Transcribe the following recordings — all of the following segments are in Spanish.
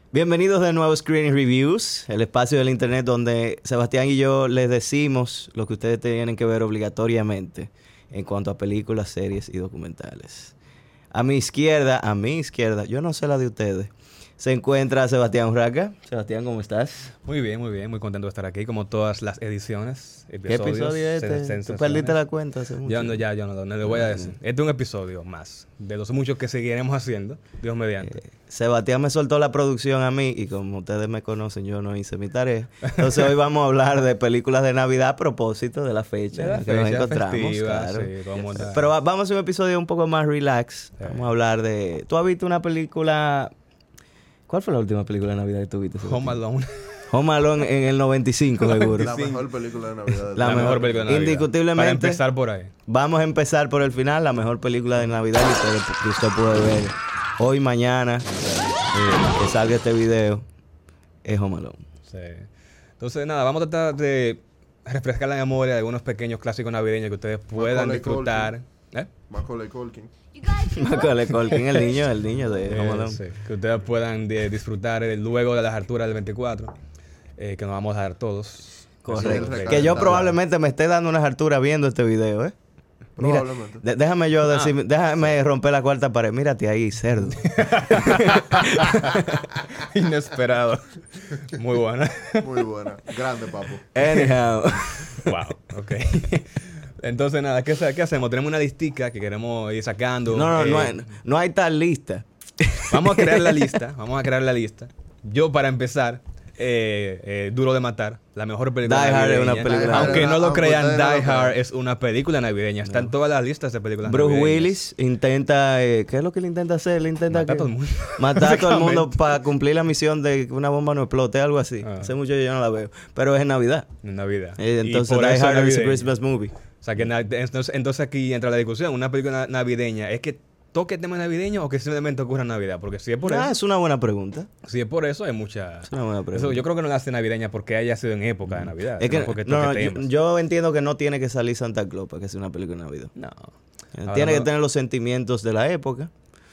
Bienvenidos de nuevo a Screen Reviews, el espacio del internet donde Sebastián y yo les decimos lo que ustedes tienen que ver obligatoriamente en cuanto a películas, series y documentales. A mi izquierda, yo no sé la de ustedes, se encuentra Sebastián Urraca. Sebastián, ¿cómo estás? Muy bien, muy contento de estar aquí, como todas las ediciones, ¿Qué episodio es este? ¿Tú perdiste la cuenta hace mucho? Yo no le voy a decir. Este es un episodio más, de los muchos que seguiremos haciendo, Dios mediante. Sebastián me soltó la producción a mí y como ustedes me conocen, yo no hice mi tarea. Entonces hoy vamos a hablar de películas de Navidad a propósito de la fecha en que nos encontramos. Festiva, claro. Sí, Pero vamos a hacer un episodio un poco más relax. Sí. Vamos a hablar de... ¿Tú has visto una película... ¿Cuál fue la última película de Navidad que tú viste? Home Alone. Home Alone en el 95, seguro. La mejor película de Navidad. La mejor película de Navidad. Indiscutiblemente. Para empezar por ahí. Vamos a empezar por el final. La mejor película de Navidad que usted puede ver hoy, mañana, que salga este video, es Home Alone. Sí. Entonces, nada, vamos a tratar de refrescar la memoria de algunos pequeños clásicos navideños que ustedes puedan disfrutar. Macaulay Culkin. Macaulay Culkin, el niño de Home Alone. Sí, que ustedes puedan disfrutar luego de las alturas del 24, que nos vamos a dar todos. Correcto. Sí, Que yo probablemente me esté dando unas alturas viendo este video, ¿eh? Mira, Probablemente. déjame yo decir, déjame romper la cuarta pared. Mírate ahí, cerdo. Inesperado. Muy buena. Muy buena. Grande, papo. Anyhow. Wow, ok. Entonces, nada, ¿qué hacemos? Tenemos una listica que queremos ir sacando. No hay tal lista. Vamos a crear la lista. Yo, para empezar, Duro de Matar, la mejor película Die Hard navideña. es una película Aunque no lo crean, navideña. Die Hard es una película navideña. Está en todas las listas de películas Bruce navideñas. Willis intenta... ¿qué es lo que él intenta hacer? Él intenta Matar a todo el mundo. matar a todo el mundo Básicamente. para cumplir la misión de que una bomba no explote, algo así. Hace mucho yo no la veo. Pero es en Navidad. En Navidad. Entonces Y por Die eso Hard es a navideña. Christmas movie. O sea, que entonces aquí entra la discusión. Una película navideña, ¿es que toque tema navideño o que simplemente ocurra en Navidad? Porque si es por eso, Es una buena pregunta. si es por eso, hay mucha... Es una buena pregunta. Eso, yo creo que no la hace navideña porque haya sido en época de Navidad. Es sino que, porque no, toque temas. yo entiendo que no tiene que salir Santa Claus para que sea una película de Navidad. No. Tiene que tener los sentimientos de la época.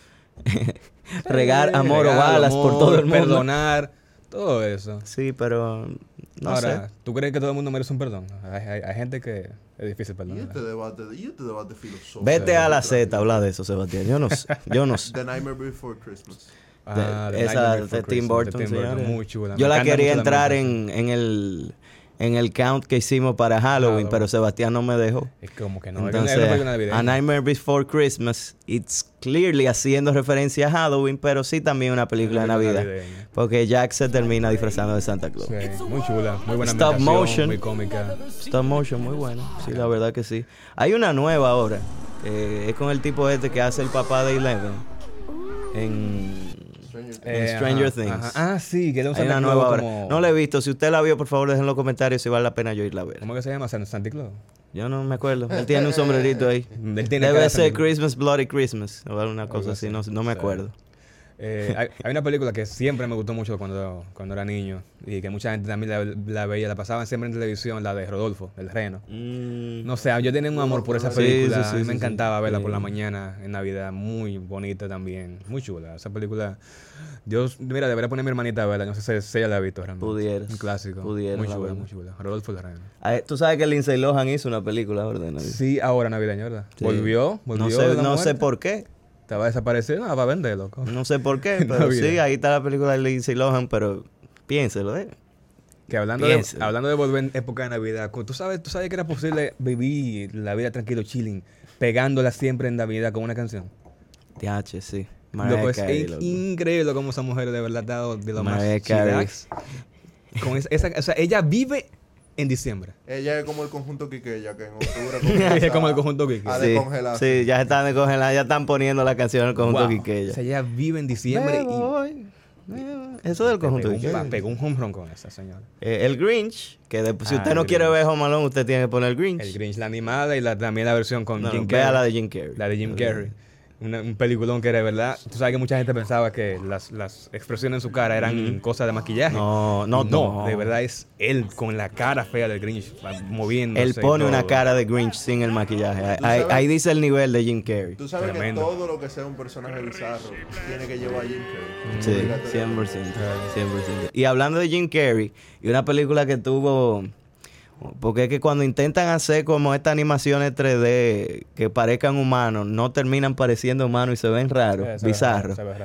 Regar amor o balas por amor, todo el mundo. Perdonar, todo eso. Sí, pero no Ahora, sé. ¿tú crees que todo el mundo merece un perdón? Hay gente que es difícil Y perdonar. este debate filosófico. Vete a la Z a hablar de eso, Sebastián. Yo no sé. The Nightmare Before Christmas. The esa Nightmare Before de Tim Christmas, Burton, de Tim Burton, señores. muy chula. Yo Me la encanta quería mucho entrar música. en el count que hicimos para Halloween, Halloween. pero Sebastián no me dejó. Es como que no. Entonces, es una película navideña. A Nightmare Before Christmas, it's clearly haciendo referencia a Halloween, pero sí también una película de Navidad. navideña. Porque Jack se termina disfrazando de Santa Claus. Sí, muy chula, muy buena Stop ambientación, motion. muy cómica. Stop motion, muy bueno. Sí, la verdad que sí. Hay una nueva ahora. Es con el tipo este que hace el papá de Eleven. En Stranger Things. Ah, sí, que era un Hay Santa una Claus nueva ahora. como... No la he visto. Si usted la vio, por favor, dejen en los comentarios si vale la pena yo irla a ver. ¿Cómo que se llama? Santa Claus. Yo no me acuerdo. Él tiene un sombrerito ahí. Él tiene Debe cara de ser Santa Claus. Christmas, Bloody Christmas. O alguna cosa así. No me Sí. acuerdo. Hay una película que siempre me gustó mucho cuando era niño y que mucha gente también la veía, la pasaban siempre en televisión, la de Rodolfo, el Reno. No sé, yo tenía un amor por esa Sí, película. sí, A mí sí, me sí, encantaba verla sí. por la mañana en Navidad, muy bonita también, muy chula. Esa película, Dios, mira, debería poner a mi hermanita a verla, no sé si ella la ha visto realmente. Pudieras. Un clásico. Pudieras Muy la chula, verla. muy chula. Rodolfo el Reno. Tú sabes que Lindsay Lohan hizo una película ahora de Navidad. Sí, ahora navideña, ¿verdad? Sí. Volvió No de la no sé muerte. por qué. Estaba desaparecido, no, para vender, loco. No sé por qué, pero Navidad. sí, ahí está la película de Lindsay Lohan, pero piénselo, ¿eh? Que hablando de volver en época de Navidad, ¿tú sabes que era posible vivir la vida tranquilo, chilling, pegándola siempre en Navidad con una canción? TH, sí. Loco, es Carey, loco. increíble cómo esa mujer de verdad ha dado de lo más Mariah Carey. chillax. Con o sea, ella vive en diciembre. Ella es como el conjunto Quiqueya, que en octubre Ella es comienza como el conjunto Quique. a Sí, descongelarse. sí, ya están descongeladas, ya están poniendo la canción del conjunto Wow. Quiqueya. O sea, ella vive en diciembre Me voy. Eso del conjunto Quiqueya. pegó un home run con esa señora. El Grinch, que si usted El no quiere Grinch. ver Home Alone, usted tiene que poner el Grinch. El Grinch, la animada y tambiea la versión con No, Jim vea Carrey. la de Jim Carrey. La de Jim Carrey. un peliculón que era de verdad. Tú sabes que mucha gente pensaba que las expresiones en su cara eran cosas de maquillaje. No. De verdad es él con la cara fea del Grinch moviéndose. Él pone y una todo. cara de Grinch sin el maquillaje. Tú sabes- Ahí dice el nivel de Jim Carrey. Tú sabes Tremendo. que todo lo que sea un personaje bizarro tiene que llevar a Jim Carrey. Sí, Obligatoriamente. 100%. Y hablando de Jim Carrey, y una película que tuvo... Porque es que cuando intentan hacer como estas animaciones 3D que parezcan humanos, no terminan pareciendo humanos y se ven raros, Se ve bizarros. raro, se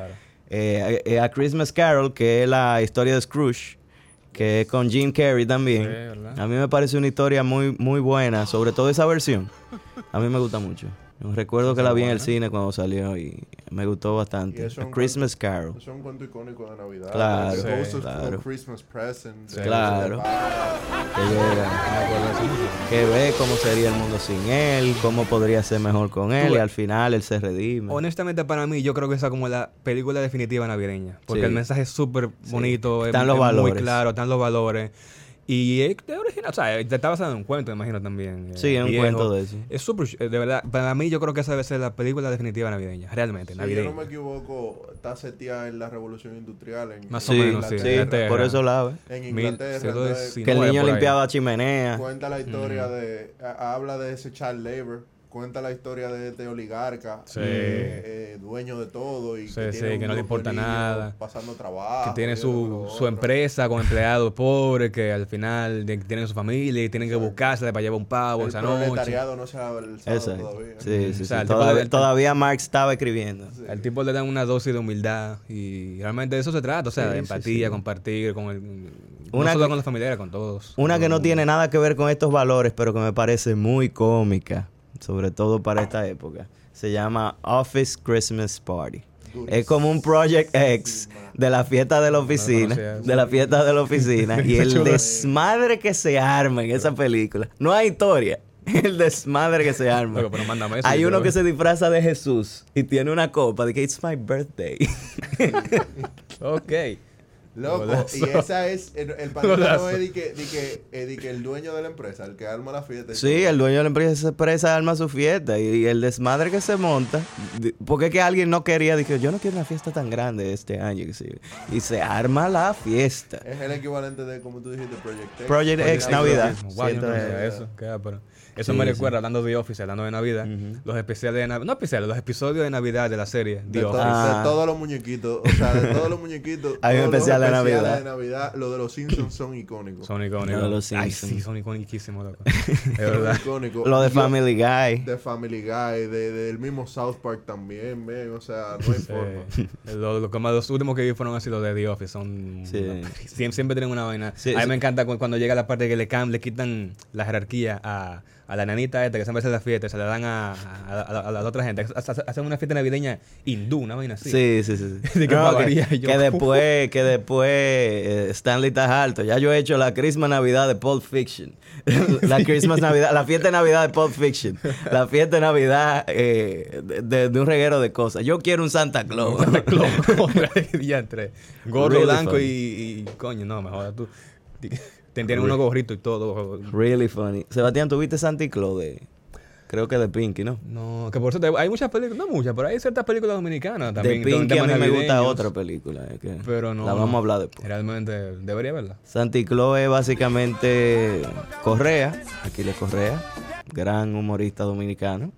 ve raro. A Christmas Carol, que es la historia de Scrooge, que es con Jim Carrey también. Sí, ¿verdad? A mí me parece una historia muy, muy buena, sobre todo esa versión. A mí me gusta mucho. Recuerdo que la vi en el buena. cine cuando salió y me gustó Y bastante. eso A es Christmas Carol. Es un cuento icónico de Navidad. Claro, The Ghost sí, of claro. Christmas Present. Sí. Claro. Que llega, Me acuerdo de eso. que ve cómo sería el mundo sin él, cómo podría ser mejor con él, Tú- y al final él se redime. Honestamente, para mí, yo creo que esa es como la película definitiva navideña. Porque Sí. el mensaje es súper bonito, Están es, los es valores. muy claro, están los valores. Y es de original, o sea, está basado en un cuento, me imagino también. Sí, es un viejo. cuento de eso. Es súper, de verdad, para mí yo creo que esa debe ser la película definitiva navideña, realmente, Si navideña. yo no me equivoco, está seteada en la Revolución Industrial. Más Sí, o menos, sí. sí, Inglaterra. por eso la ve. En Mil- Inglaterra. siglo entonces, XIX. Que el niño por ahí. limpiaba chimenea. cuenta la historia de... habla de ese child labor. Cuenta la historia de este oligarca. Sí. Dueño de todo. Y Sí, que, sí, tiene un que no le grupo de importa niños nada. Pasando trabajo. Que tiene y esto, lo su otro. empresa con empleados pobres que al final tienen su familia y tienen que Exacto. buscársela para llevar un pavo El esa noche. proletariado no se ha alzado Exacto. todavía. Sí, sí, O sea, sí. el tipo Todavía, de- todavía Marx estaba escribiendo. Sí. Al tipo le dan una dosis de humildad y realmente de eso se trata, o sea, Sí, de sí, empatía, sí. compartir con el... Una no solo que- con los familiares, con todos. Una con que todo no el tiene mundo. nada que ver con estos valores, pero que me parece muy cómica, sobre todo para esta época. Se llama Office Christmas Party. Es como un Project X de la fiesta de la oficina, conocía eso. de la fiesta de la oficina y el Chulo. desmadre que se arma en esa película. No hay historia, el desmadre que se arma. Loco, pero mándame eso, Hay yo uno quiero que ver. se disfraza de Jesús y tiene una copa de que it's my birthday. Ok. Loco, Golazo. y esa es el panita Golazo. no es de que el dueño de la empresa, el que arma la fiesta. y Sí, todo. el dueño de la empresa arma su fiesta y el desmadre que se monta, porque es que alguien no quería, dije, yo no quiero una fiesta tan grande este año, que sí. Y se arma la fiesta. Es el equivalente de, como tú dijiste, Project X. Project X Navidad. Wow, yo no Siento, conocía eso. Qué ápero. Eso Sí, me sí. recuerda, hablando de Office, hablando de Navidad, los especiales de Navidad, no especiales, los episodios de Navidad de la serie De, The Office. Ah. de todos los muñequitos, o sea, de todos los muñequitos. Hay un todos los especial de especiales Navidad. de Navidad, los de los Simpsons son icónicos. Son icónicos. Lo de los Ay, Simpsons. sí, son icónicísimos, loco. Es verdad. Icónicos. Lo de Yo- Family Guy. De Family Guy, del mismo South Park también, man, o sea, no hay forma. Los últimos que vi fueron así los de The Office. Son, Sí. siempre tienen una vaina. Sí, a mí sí. me encanta cuando llega la parte que le quitan la jerarquía a la nanita esta que siempre hace la fiesta, se la dan a la otra gente. Hacen una fiesta navideña hindú, una vaina así. Sí, sí, sí. ¿De qué pagaría yo? Que después Stanley está alto. Ya yo he hecho la Christmas Navidad de Pulp Fiction. La Christmas Navidad, la fiesta de Navidad de Pulp Fiction. La fiesta de Navidad de un reguero de cosas. Yo quiero un Santa Claus. Diantre. Gorro Really blanco funny. y coño, no, me jodas tú. Tienen unos gorritos y todo. Really funny. Sebastián, ¿tuviste Santa Claus creo que de Pinky, ¿no? No, que por eso hay muchas películas, no muchas, pero hay ciertas películas dominicanas también. De Pinky a temas mí me gusta navideños, otra película. Pero no. La vamos a hablar después. Realmente debería verla. Santa Claus es básicamente Correa, Aquiles Correa, gran humorista dominicano.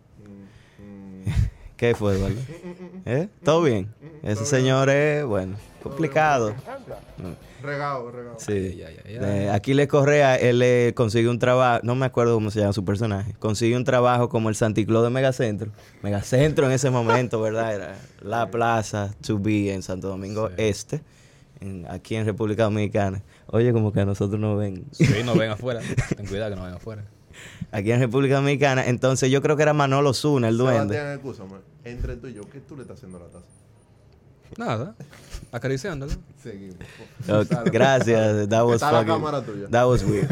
¿Qué fue, Eduardo? ¿Todo bien? Ese señor es, bueno, complicado. Regado. Sí. Ya. Aquiles Correa, él consigue un trabajo, no me acuerdo cómo se llama su personaje, consigue un trabajo como el Santa Claus de Megacentro. Megacentro en ese momento, ¿verdad? Era la plaza to be en Santo Domingo Sí. Este, aquí en República Dominicana. Oye, como que a nosotros nos ven. Sí, no ven afuera. Ten cuidado que no ven afuera. Aquí en República Dominicana. Entonces yo creo que era Manolo Zuna, el duende. Sebastián, escúchame, entre tú y yo, ¿qué tú le estás haciendo a la taza? Nada. Acariciándola. Seguimos. Ok, gracias. That was Está la fucking- cámara tuya. That was weird.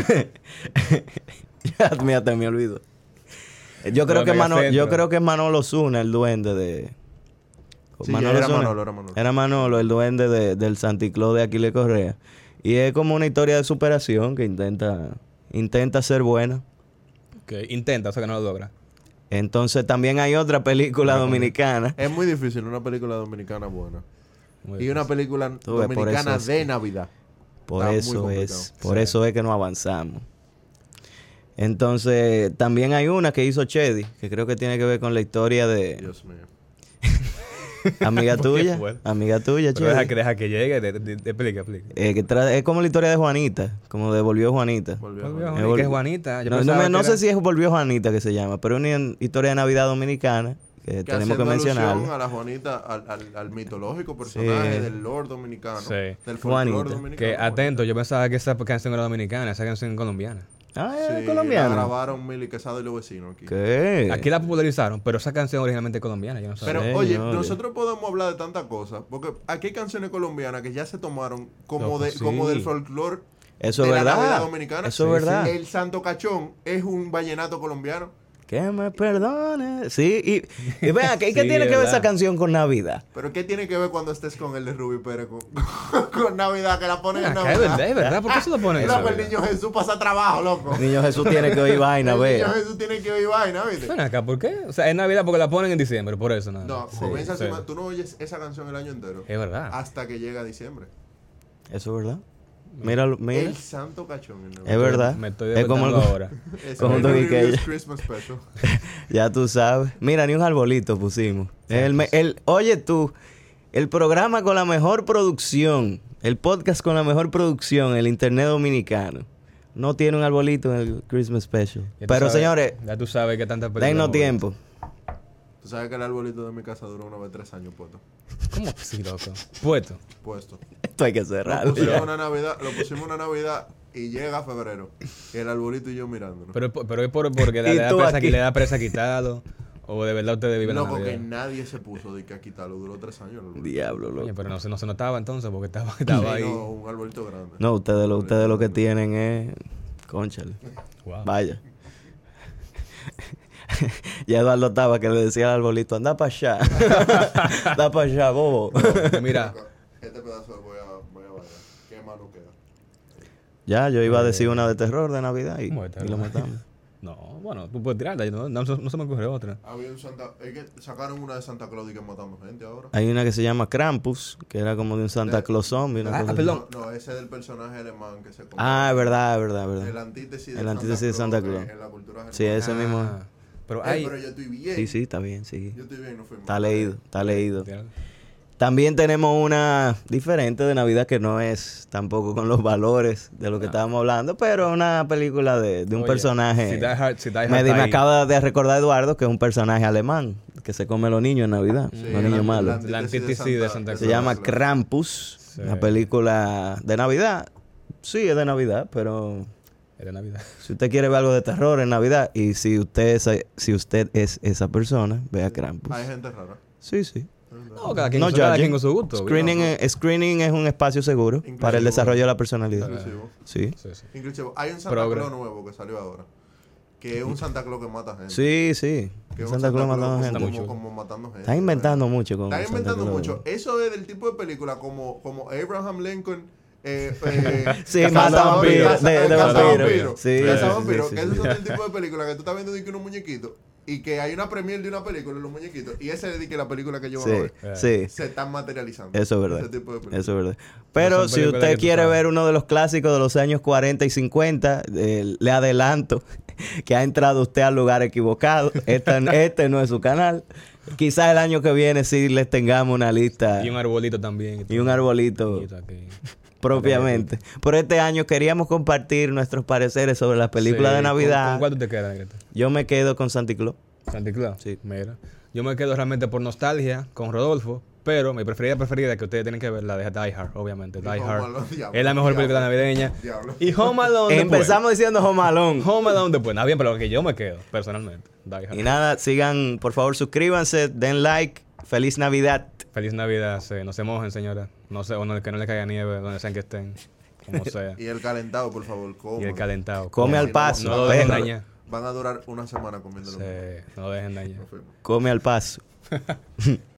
Ya te me olvido. Yo creo, Lo que de yo Megacentro. creo que es Manolo Zuna, el duende de... Sí, era Zuna. Manolo, era Manolo. Era Manolo, el duende del Santa Claus de Aquiles Correa. Y es como una historia de superación que intenta ser buena. Que intenta, o sea que no lo logra. Entonces también hay otra película dominicana. Es muy difícil una película dominicana buena. Muy Y difícil. una película Tú ves, por dominicana eso es de que- Navidad. Por Está muy eso complicado. es, por eso es que no avanzamos. Entonces, también hay una que hizo Chedi, que creo que tiene que ver con la historia de Dios mío. amiga ¿Por qué tuya, fue? amiga tuya, Pero Chedi. deja que llegue, explica. Es como la historia de Juanita, como devolvió Juanita. Volvió a Volvió Juanita. Juanita, que es Juanita. Yo No, pensaba que no era- sé si es Volvió Juanita que se llama, pero es una historia de Navidad dominicana que Que tenemos que haciendo alusión mencionar. a la Juanita, al mitológico personaje Sí. del Lord dominicano. Sí. Del Juanita. folclore dominicano. Que Juanita. atento, yo pensaba que esa canción era dominicana, esa canción es colombiana. Ah, Sí, es la colombiana. grabaron Mili Quesada y los vecinos aquí. ¿Qué? Aquí la popularizaron, pero esa canción originalmente es colombiana, yo no sé. Pero, Sí, oye, no, nosotros podemos hablar de tantas cosas, porque aquí hay canciones colombianas que ya se tomaron como, Loco, sí. como del folclore Eso de es la Navidad verdad. dominicana. Eso es verdad. El Santo Cachón es un vallenato colombiano. Que me perdone. Sí, y vean, ¿qué Sí, tiene que ver verdad. esa canción con Navidad? Pero ¿qué tiene que ver cuando estés con el de Ruby Pérez con, con Navidad? Que la ponen en Acá, Navidad. es verdad, ¿por qué se lo ponen Loco, eso? el niño Jesús pasa trabajo, loco. Niño Jesús tiene que oír vaina, El ve. niño Jesús tiene que oír vaina, ¿viste? Ven acá, ¿por qué? O sea, es Navidad porque la ponen en diciembre, por eso nada. No, Sí, comienza sí. tú no oyes esa canción el año entero. Es verdad. Hasta que llega diciembre. Eso es verdad. Míralo, mira. El Santo Cachón. en Navidad. Es verdad. Me estoy Es como despertando ahora. Es como el tú New y que Year's ella. Christmas Special. Ya tú sabes. Mira, ni un arbolito pusimos. Oye tú, el programa con la mejor producción, el podcast con la mejor producción, el internet dominicano, no tiene un arbolito en el Christmas Special. Ya tú Pero sabes- señores, Ya tú sabes que tantas películas. dennos no tiempo. Tú sabes que el arbolito de mi casa duró una vez 3 años puesto. ¿Cómo así, loco? Puesto. Puesto. Esto hay que Lo cerrarlo. pusimos ya. una Navidad y llega febrero. Y el arbolito y yo mirándonos. Pero es porque Y tú aquí. le da presa quitarlo. O de verdad ustedes viven la Loco, que Navidad. nadie se puso de que a quitarlo. Duró 3 años. el arbolito. Diablo, loco. Oye, pero no se notaba entonces porque estaba Sí, ahí. no, un arbolito grande. No, ustedes lo que tienen es... Cónchale. Wow. Vaya. Ya Eduardo estaba que le decía al arbolito, anda para allá. Anda para allá, bobo. Mira, Loco, este pedazo voy a bailar. Qué malo queda. Ya, yo iba a decir una de terror de Navidad y, ¿Cómo de y terror? lo matamos. no, bueno, tú puedes tirarla, no se me ocurre otra. Había un Santa... Es que sacaron una de Santa Claus y que matando gente ahora. Hay una que se llama Krampus, que era como de un Santa Claus zombie. Una cosa así. perdón. No, ese es del personaje alemán que se come. Ah, es verdad, es verdad, es El verdad. antítesis El antítesis de Santa Claus. En la cultura germana. Sí, ese mismo. Ah, pero hay... Pero yo estoy bien. Sí, sí, está bien, sí. Yo estoy bien, no fui mal. Está leído, está leído. Tírala. También tenemos una diferente de Navidad que no es tampoco con los valores de lo que estábamos hablando, pero una película de un Oye, personaje. Si Die Hard está Me ahí. acaba de recordar Eduardo que es un personaje alemán que se come a los niños en Navidad, Sí, los niños malos. La antítesis de Santa Se llama Claus. Krampus, Sí. una película de Navidad. Sí, es de Navidad, pero Es de Navidad. si usted quiere ver algo de terror en Navidad y si usted es esa persona, vea Krampus. Hay gente rara. Sí, sí. No, cada quien, No cada judging. quien con su gusto. Screening es un espacio seguro Inclusivo. para el desarrollo de la personalidad. Inclusivo. Sí. Sí, sí. Inclusive, hay un Santa Progre. Claus nuevo que salió ahora. Que es un Santa Claus que mata gente. Sí, sí. Que es un Santa Claus matando como- gente. Está mucho. Como matando gente. Está inventando mucho con Está Santa inventando Claus. mucho. Eso es del tipo de película como Abraham Lincoln. Sí, Cazador- mata vampiros, caza- de cazavampiro. vampiros. Sí, Cazavampiro, sí, que sí, esos sí. son el tipo de película que tú estás viendo de que unos muñequitos y que hay una premier de una película de los muñequitos y ese es de que la película que yo voy a Sí, ver sí. se están materializando. Eso es verdad. Ese tipo de películas. Eso es verdad. Pero son si películas usted que tú quiere sabes. ver uno de los clásicos de los años 40 y 50, le adelanto que ha entrado usted al lugar equivocado. Este no es su canal. Quizás el año que viene sí les tengamos una lista Y un arbolito también. y un arbolito Y aquí. propiamente. Por este año queríamos compartir nuestros pareceres sobre las películas Sí, de Navidad. ¿Con cuál tú te quedas, Negrito? Yo me quedo con Santa Claus. Santa Claus. Sí. Mira. Yo me quedo realmente por nostalgia con Rodolfo, pero mi preferida que ustedes tienen que ver, la de Die Hard, obviamente. Die Home Hard. Alone, diablo, Es la mejor película diablo, navideña. diablo. Y Home Alone después. Empezamos diciendo Home Alone. Home Alone después. Nada bien, pero lo que yo me quedo, personalmente. Die Hard. Y nada, sigan, por favor, suscríbanse, den like. Feliz Navidad. Feliz Navidad. Sí. No se mojen, señora. No se, que no le caiga nieve donde sean que estén. Como sea. Y el calentado, por favor, Y coma. el calentado. Come al no, paso. No lo dejen perro. dañar. Van a durar una semana comiéndolo. Sí, no lo dejen dañar. Nos fuimos. Come al paso.